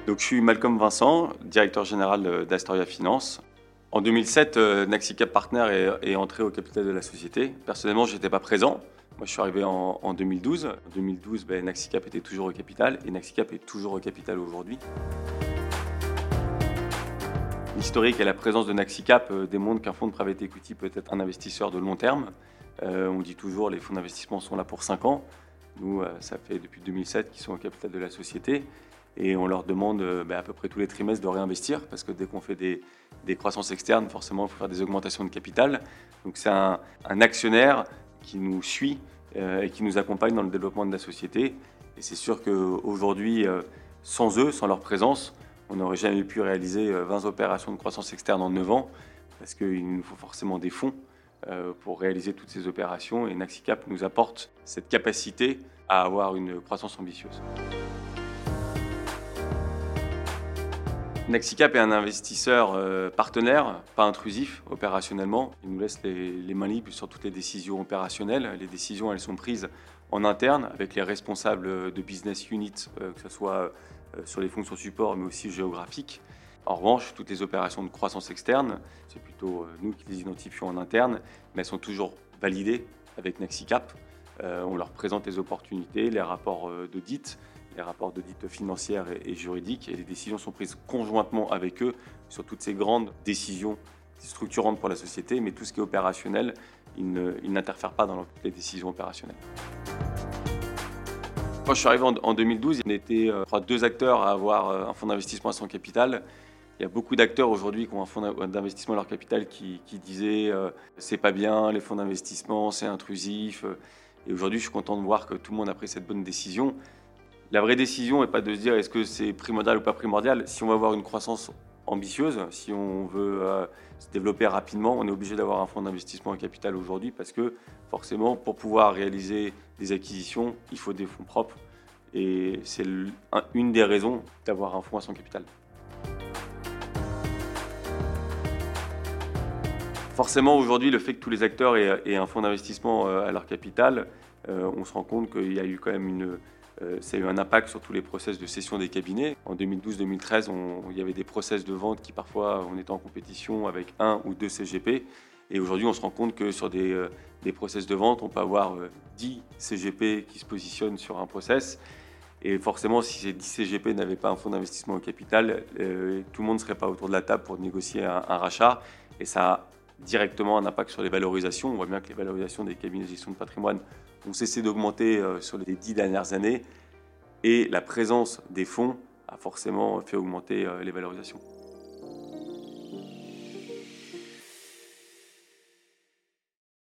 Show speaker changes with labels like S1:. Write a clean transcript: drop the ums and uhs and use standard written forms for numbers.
S1: Donc, je suis Malcolm Vincent, directeur général d'Astoria Finance. En 2007, Naxicap Partners est entré au capital de la société. Personnellement, je n'étais pas présent. Moi, je suis arrivé en 2012. En 2012, Naxicap était toujours au capital et Naxicap est toujours au capital aujourd'hui. L'historique et la présence de Naxicap démontrent qu'un fonds de private equity peut être un investisseur de long terme. On dit toujours que les fonds d'investissement sont là pour 5 ans. Nous, ça fait depuis 2007 qu'ils sont au capital de la société. Et on leur demande à peu près tous les trimestres de réinvestir parce que dès qu'on fait des croissances externes, forcément, il faut faire des augmentations de capital. Donc c'est un actionnaire qui nous suit et qui nous accompagne dans le développement de la société. Et c'est sûr qu'aujourd'hui, sans eux, sans leur présence, on n'aurait jamais pu réaliser 20 opérations de croissance externe en 9 ans parce qu'il nous faut forcément des fonds pour réaliser toutes ces opérations. Et Naxicap nous apporte cette capacité à avoir une croissance ambitieuse. Naxicap est un investisseur partenaire, pas intrusif opérationnellement. Il nous laisse les mains libres sur toutes les décisions opérationnelles. Les décisions, elles sont prises en interne avec les responsables de business unit, que ce soit sur les fonctions support, mais aussi géographiques. En revanche, toutes les opérations de croissance externe, c'est plutôt nous qui les identifions en interne, mais elles sont toujours validées avec Naxicap. On leur présente les opportunités, les rapports d'audit, les rapports d'audit financiers et juridiques, et les décisions sont prises conjointement avec eux sur toutes ces grandes décisions structurantes pour la société, mais tout ce qui est opérationnel, ils n'interfèrent pas dans les décisions opérationnelles. Quand je suis arrivé en 2012, on était 2 acteurs à avoir un fonds d'investissement à son capital. Il y a beaucoup d'acteurs aujourd'hui qui ont un fonds d'investissement à leur capital qui disaient c'est pas bien, les fonds d'investissement, c'est intrusif. Et aujourd'hui, je suis content de voir que tout le monde a pris cette bonne décision. La vraie décision n'est pas de se dire est-ce que c'est primordial ou pas primordial. Si on veut avoir une croissance ambitieuse, si on veut se développer rapidement, on est obligé d'avoir un fonds d'investissement au capital aujourd'hui parce que forcément, pour pouvoir réaliser des acquisitions, il faut des fonds propres. Et c'est une des raisons d'avoir un fonds à son capital. Forcément, aujourd'hui, le fait que tous les acteurs aient un fonds d'investissement à leur capital, on se rend compte qu'il y a eu quand même ça a eu un impact sur tous les process de cession des cabinets. En 2012-2013, il y avait des process de vente qui parfois, on était en compétition avec 1 ou 2 CGP. Et aujourd'hui, on se rend compte que sur des process de vente, on peut avoir 10 CGP qui se positionnent sur un process. Et forcément, si ces 10 CGP n'avaient pas un fonds d'investissement au capital, tout le monde ne serait pas autour de la table pour négocier un rachat. Et ça a directement un impact sur les valorisations. On voit bien que les valorisations des cabinets de gestion de patrimoine ont cessé d'augmenter sur les 10 dernières années. Et la présence des fonds a forcément fait augmenter les valorisations.